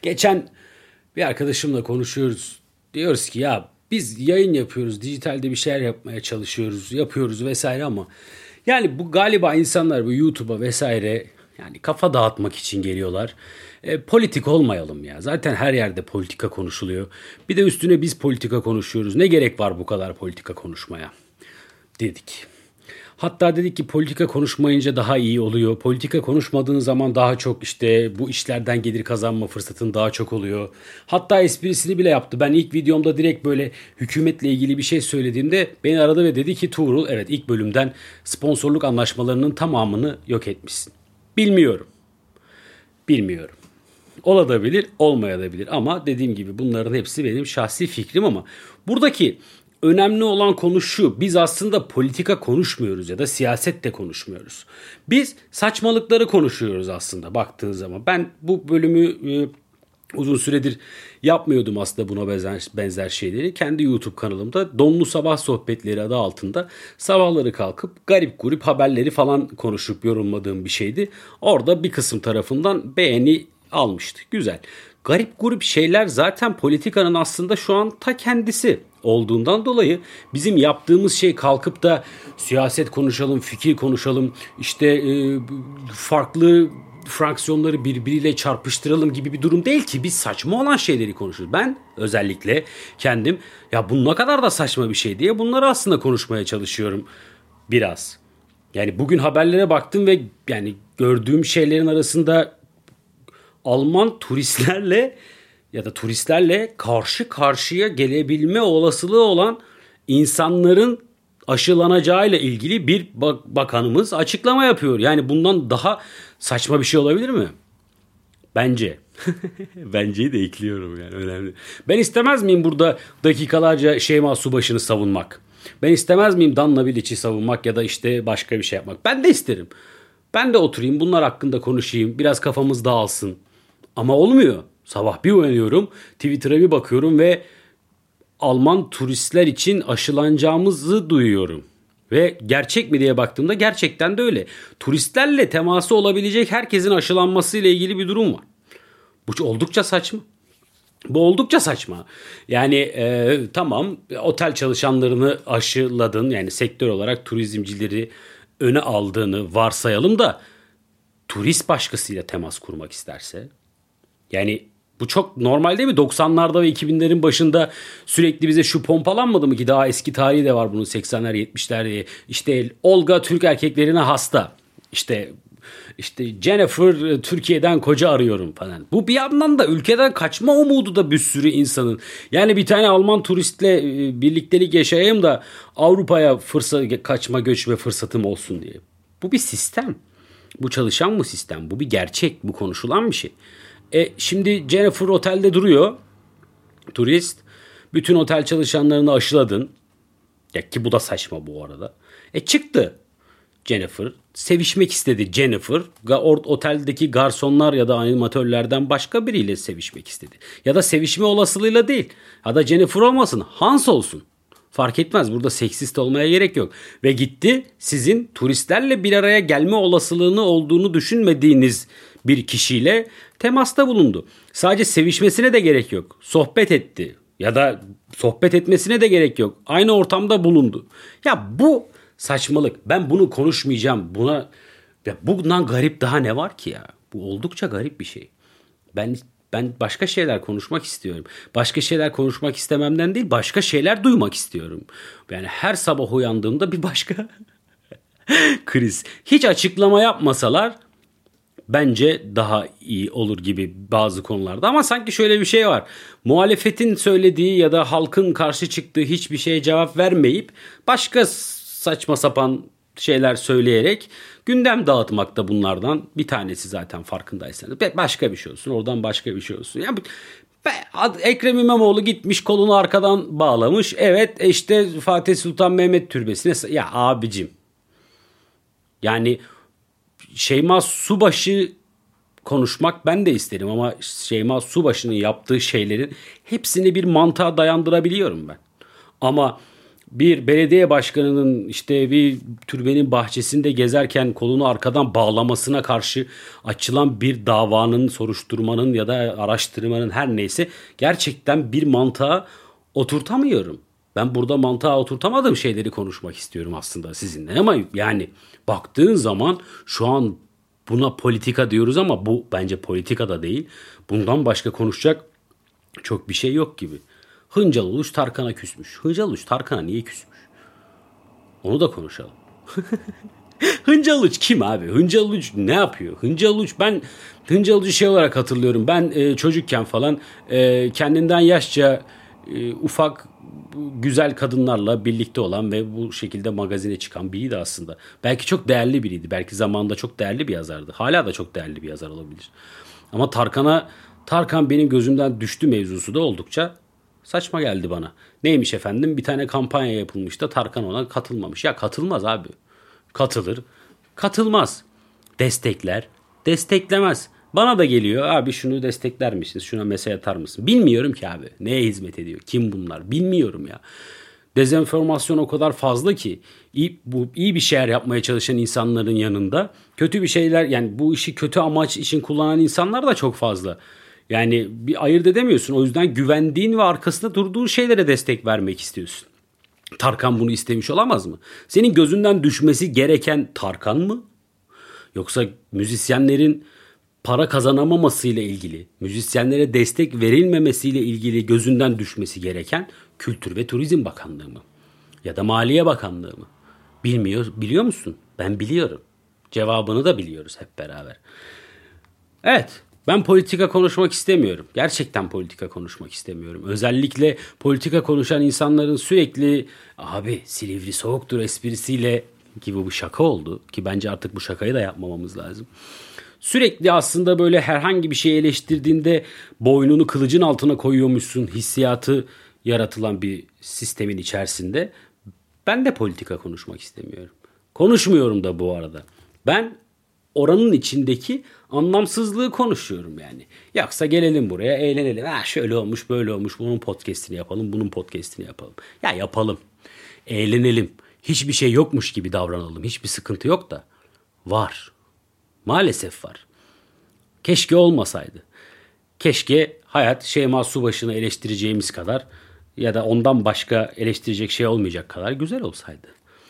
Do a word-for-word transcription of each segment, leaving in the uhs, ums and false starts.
Geçen bir arkadaşımla konuşuyoruz. Diyoruz ki ya biz yayın yapıyoruz, dijitalde bir şeyler yapmaya çalışıyoruz, yapıyoruz vesaire ama yani bu galiba insanlar bu YouTube'a vesaire yani kafa dağıtmak için geliyorlar. E, politik olmayalım ya. Zaten her yerde politika konuşuluyor. Bir de üstüne biz politika konuşuyoruz. Ne gerek var bu kadar politika konuşmaya? Dedik. Hatta dedik ki politika konuşmayınca daha iyi oluyor. Politika konuşmadığın zaman daha çok işte bu işlerden gelir kazanma fırsatın daha çok oluyor. Hatta esprisini bile yaptı. Ben ilk videomda direkt böyle hükümetle ilgili bir şey söylediğimde beni aradı ve dedi ki Tuğrul, evet ilk bölümden sponsorluk anlaşmalarının tamamını yok etmişsin. Bilmiyorum. Bilmiyorum. Olabilir, olmayabilir ama dediğim gibi bunların hepsi benim şahsi fikrim ama buradaki önemli olan konu şu: biz aslında politika konuşmuyoruz ya da siyaset de konuşmuyoruz. Biz saçmalıkları konuşuyoruz aslında baktığın zaman. Ben bu bölümü e, uzun süredir yapmıyordum aslında buna benzer, benzer şeyleri. Kendi YouTube kanalımda Donlu Sabah Sohbetleri adı altında sabahları kalkıp garip grup haberleri falan konuşup yorumladığım bir şeydi. Orada bir kısım tarafından beğeni almıştı. Güzel. Garip grup şeyler zaten politikanın aslında şu an ta kendisi olduğundan dolayı bizim yaptığımız şey kalkıp da siyaset konuşalım, fikir konuşalım, işte e, farklı fraksiyonları birbiriyle çarpıştıralım gibi bir durum değil ki. Biz saçma olan şeyleri konuşuyoruz. Ben özellikle kendim ya bu ne kadar da saçma bir şey diye bunları aslında konuşmaya çalışıyorum biraz. Yani bugün haberlere baktım ve yani gördüğüm şeylerin arasında Alman turistlerle ya da turistlerle karşı karşıya gelebilme olasılığı olan insanların aşılanacağıyla ilgili bir bak- bakanımız açıklama yapıyor. Yani bundan daha saçma bir şey olabilir mi? Bence. Benceyi de ekliyorum yani, önemli. Ben istemez miyim burada dakikalarca Şeyma Subaşı'nı savunmak? Ben istemez miyim Danla Bilic'i savunmak ya da işte başka bir şey yapmak? Ben de isterim. Ben de oturayım bunlar hakkında konuşayım. Biraz kafamız dağılsın. Ama olmuyor. Sabah bir uyanıyorum, Twitter'a bir bakıyorum ve Alman turistler için aşılanacağımızı duyuyorum. Ve gerçek mi diye baktığımda gerçekten de öyle. Turistlerle teması olabilecek herkesin aşılanması ile ilgili bir durum var. Bu oldukça saçma. Bu oldukça saçma. Yani e, tamam, otel çalışanlarını aşıladın, yani sektör olarak turizmcileri öne aldığını varsayalım da turist başkasıyla temas kurmak isterse, yani bu çok normal değil mi? doksanlarda ve iki binlerin başında sürekli bize şu pompalanmadı mı ki, daha eski tarihi de var bunun, seksenler yetmişler, işte Olga Türk erkeklerine hasta. İşte işte Jennifer Türkiye'den koca arıyorum falan. Bu bir yandan da ülkeden kaçma umudu da bir sürü insanın. Yani bir tane Alman turistle birliktelik yaşayayım da Avrupa'ya fırsat, kaçma göçme fırsatım olsun diye. Bu bir sistem. Bu çalışan mı sistem? Bu bir gerçek. Bu konuşulan bir şey. E şimdi Jennifer otelde duruyor. Turist. Bütün otel çalışanlarını aşıladın. Ya ki bu da saçma bu arada. E çıktı Jennifer. Sevişmek istedi Jennifer. Oteldeki garsonlar ya da animatörlerden başka biriyle sevişmek istedi. Ya da sevişme olasılığıyla değil. Ya da Jennifer olmasın, Hans olsun. Fark etmez. Burada seksist olmaya gerek yok. Ve gitti sizin turistlerle bir araya gelme olasılığını olduğunu düşünmediğiniz bir kişiyle temasta bulundu. Sadece sevişmesine de gerek yok. Sohbet etti. Ya da sohbet etmesine de gerek yok. Aynı ortamda bulundu. Ya bu saçmalık. Ben bunu konuşmayacağım. Buna ya bundan garip daha ne var ki ya? Bu oldukça garip bir şey. Ben ben başka şeyler konuşmak istiyorum. Başka şeyler konuşmak istememden değil, başka şeyler duymak istiyorum. Yani her sabah uyandığımda bir başka kriz. Hiç açıklama yapmasalar bence daha iyi olur gibi bazı konularda. Ama sanki şöyle bir şey var. Muhalefetin söylediği ya da halkın karşı çıktığı hiçbir şeye cevap vermeyip başka saçma sapan şeyler söyleyerek gündem dağıtmak da bunlardan bir tanesi zaten, farkındaysanız. Başka bir şey olsun, oradan başka bir şey olsun. Yani Ekrem İmamoğlu gitmiş kolunu arkadan bağlamış. Evet işte Fatih Sultan Mehmet Türbesi'ne, ya abicim. Yani Şeyma Subaşı konuşmak ben de isterim ama Şeyma Subaşı'nın yaptığı şeylerin hepsini bir mantığa dayandırabiliyorum ben. Ama Bir belediye başkanının işte bir türbenin bahçesinde gezerken kolunu arkadan bağlamasına karşı açılan bir davanın, soruşturmanın ya da araştırmanın her neyse gerçekten bir mantığa oturtamıyorum. Ben burada mantığa oturtamadığım şeyleri konuşmak istiyorum aslında sizinle ama yani baktığın zaman şu an buna politika diyoruz ama bu bence politika da değil. Bundan başka konuşacak çok bir şey yok gibi. Hıncal Uluç Tarkan'a küsmüş. Hıncal Uluç Tarkan'a niye küsmüş? Onu da konuşalım. Hıncal Uluç kim abi? Hıncal Uluç ne yapıyor? Hıncal Uluç ben Hıncal Uluç'u şey olarak hatırlıyorum. Ben e, çocukken falan e, kendinden yaşça e, ufak güzel kadınlarla birlikte olan ve bu şekilde magazine çıkan biriydi aslında. Belki çok değerli biriydi. Belki zamanında çok değerli bir yazardı. Hala da çok değerli bir yazar olabilir. Ama Tarkan'a Tarkan benim gözümden düştü mevzusu da oldukça saçma geldi bana. Neymiş efendim? Bir tane kampanya yapılmış da Tarkan ona katılmamış. Ya katılmaz abi. Katılır. Katılmaz. Destekler. Desteklemez. Bana da geliyor abi şunu destekler misiniz? Şuna mesaj atar mısın? Bilmiyorum ki abi. Neye hizmet ediyor? Kim bunlar? Bilmiyorum ya. Dezenformasyon o kadar fazla ki iyi, bu iyi bir şeyler yapmaya çalışan insanların yanında kötü bir şeyler yani bu işi kötü amaç için kullanan insanlar da çok fazla. Yani bir ayırt edemiyorsun. O yüzden güvendiğin ve arkasında durduğun şeylere destek vermek istiyorsun. Tarkan bunu istemiş olamaz mı? Senin gözünden düşmesi gereken Tarkan mı? Yoksa müzisyenlerin para kazanamamasıyla ilgili, müzisyenlere destek verilmemesiyle ilgili gözünden düşmesi gereken Kültür ve Turizm Bakanlığı mı? Ya da Maliye Bakanlığı mı? Bilmiyor, biliyor musun? Ben biliyorum. Cevabını da biliyoruz hep beraber. Evet, ben politika konuşmak istemiyorum. Gerçekten politika konuşmak istemiyorum. Özellikle politika konuşan insanların sürekli abi Silivri soğuktur esprisiyle ki bu bir şaka oldu ki bence artık bu şakayı da yapmamamız lazım. Sürekli aslında böyle herhangi bir şey eleştirdiğinde boynunu kılıcın altına koyuyormuşsun hissiyatı yaratılan bir sistemin içerisinde ben de politika konuşmak istemiyorum. Konuşmuyorum da bu arada. Ben oranın içindeki anlamsızlığı konuşuyorum yani. Yoksa gelelim buraya eğlenelim. Ha şöyle olmuş böyle olmuş bunun podcast'ini yapalım bunun podcast'ini yapalım. Ya yapalım. Eğlenelim. Hiçbir şey yokmuş gibi davranalım. Hiçbir sıkıntı yok da. Var. Maalesef var. Keşke olmasaydı. Keşke hayat Şeyma Subaşı'nı eleştireceğimiz kadar ya da ondan başka eleştirecek şey olmayacak kadar güzel olsaydı.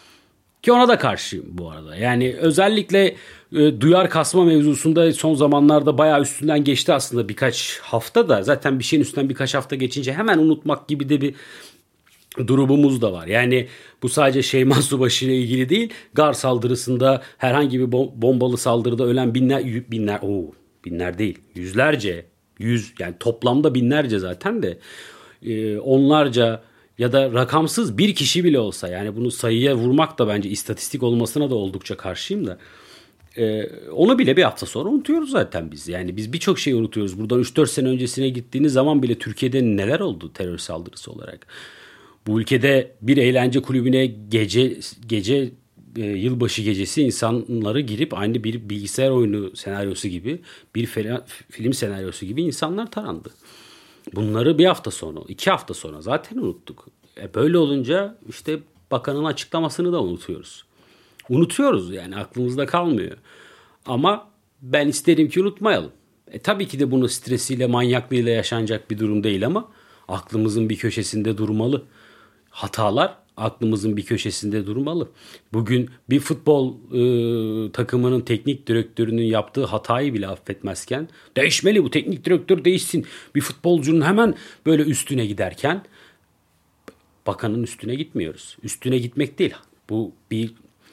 Ki ona da karşıyım bu arada. Yani özellikle e, duyar kasma mevzusunda son zamanlarda bayağı üstünden geçti aslında birkaç hafta da. Zaten bir şeyin üstünden birkaç hafta geçince hemen unutmak gibi de bir durumumuz da var. Yani bu sadece Şeyma Subaşı ile ilgili değil. Gar saldırısında herhangi bir bombalı saldırıda ölen binler binler o binler değil yüzlerce yüz yani toplamda binlerce zaten de e, onlarca ya da rakamsız bir kişi bile olsa yani bunu sayıya vurmak da bence istatistik olmasına da oldukça karşıyım da e, onu bile bir hafta sonra unutuyoruz zaten biz. Yani biz birçok şeyi unutuyoruz. Buradan üç dört sene öncesine gittiğiniz zaman bile Türkiye'de neler oldu terör saldırısı olarak. Bu ülkede bir eğlence kulübüne gece gece e, yılbaşı gecesi insanları girip aynı bir bilgisayar oyunu senaryosu gibi bir fela, film senaryosu gibi insanlar tarandı. Bunları bir hafta sonra, iki hafta sonra zaten unuttuk. E böyle olunca işte bakanın açıklamasını da unutuyoruz. Unutuyoruz yani aklımızda kalmıyor. Ama ben isterim ki unutmayalım. E tabii ki de bunu stresiyle, manyaklığıyla yaşanacak bir durum değil ama aklımızın bir köşesinde durmalı. Hatalar aklımızın bir köşesinde durmalı. Bugün bir futbol e, takımının teknik direktörünün yaptığı hatayı bile affetmezken değişmeli bu teknik direktör değişsin. Bir futbolcunun hemen böyle üstüne giderken bakanın üstüne gitmiyoruz. Üstüne gitmek değil. Bu bir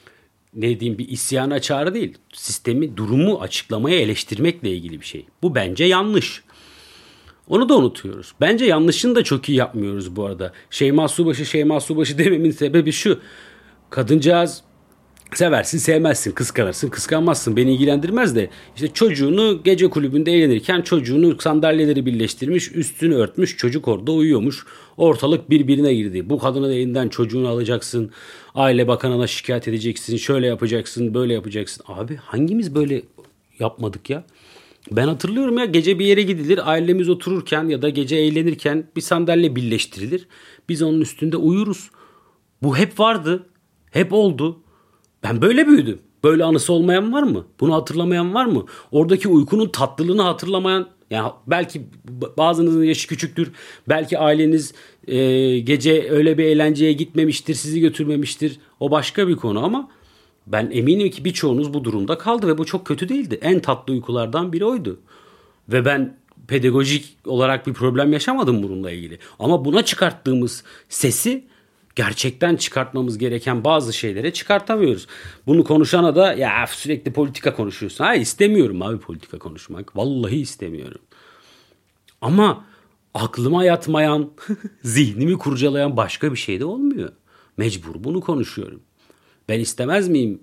ne diyeyim bir isyana çağrı değil. Sistemi, durumu açıklamaya, eleştirmekle ilgili bir şey. Bu bence yanlış. Onu da unutuyoruz. Bence yanlışını da çok iyi yapmıyoruz bu arada. Şeyma Subaşı, Şeyma Subaşı dememin sebebi şu. Kadıncağız seversin, sevmezsin, kıskanırsın, kıskanmazsın. Beni ilgilendirmez de işte çocuğunu gece kulübünde eğlenirken çocuğunu sandalyeleri birleştirmiş, üstünü örtmüş, çocuk orada uyuyormuş. Ortalık birbirine girdi. Bu kadının elinden çocuğunu alacaksın, aile bakanına şikayet edeceksin, şöyle yapacaksın, böyle yapacaksın. Abi hangimiz böyle yapmadık ya? Ben hatırlıyorum ya gece bir yere gidilir ailemiz otururken ya da gece eğlenirken bir sandalye birleştirilir. Biz onun üstünde uyuruz. Bu hep vardı. Hep oldu. Ben böyle büyüdüm. Böyle anısı olmayan var mı? Bunu hatırlamayan var mı? Oradaki uykunun tatlılığını hatırlamayan, yani belki bazınızın yaşı küçüktür. Belki aileniz e, gece öyle bir eğlenceye gitmemiştir, sizi götürmemiştir. O başka bir konu ama ben eminim ki birçoğunuz bu durumda kaldı ve bu çok kötü değildi. En tatlı uykulardan biri oydu. Ve ben pedagojik olarak bir problem yaşamadım bununla ilgili. Ama buna çıkarttığımız sesi gerçekten çıkartmamız gereken bazı şeylere çıkartamıyoruz. Bunu konuşana da ya sürekli politika konuşuyorsun. Hayır, istemiyorum abi politika konuşmak. Vallahi istemiyorum. Ama aklıma yatmayan, zihnimi kurcalayan başka bir şey de olmuyor. Mecbur bunu konuşuyorum. Ben istemez miyim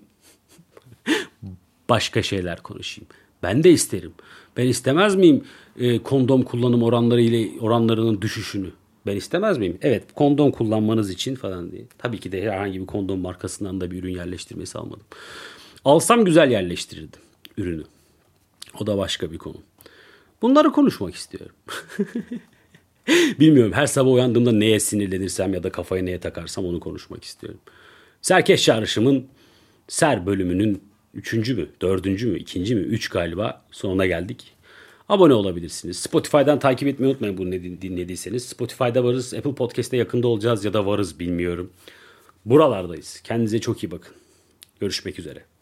başka şeyler konuşayım? Ben de isterim. Ben istemez miyim e, kondom kullanım oranları ile oranlarının düşüşünü? Ben istemez miyim? Evet, kondom kullanmanız için falan diye. Tabii ki de herhangi bir kondom markasından da bir ürün yerleştirmesi almadım. Alsam güzel yerleştirirdim ürünü. O da başka bir konu. Bunları konuşmak istiyorum. Bilmiyorum, her sabah uyandığımda neye sinirlenirsem ya da kafayı neye takarsam onu konuşmak istiyorum. Serkeş Çağrışım'ın Ser bölümünün üçüncü mü, dördüncü mü, ikinci mi, üç galiba sonuna geldik. Abone olabilirsiniz. Spotify'dan takip etmeyi unutmayın bunu dinlediyseniz. Spotify'da varız. Apple Podcast'te yakında olacağız ya da varız bilmiyorum. Buralardayız. Kendinize çok iyi bakın. Görüşmek üzere.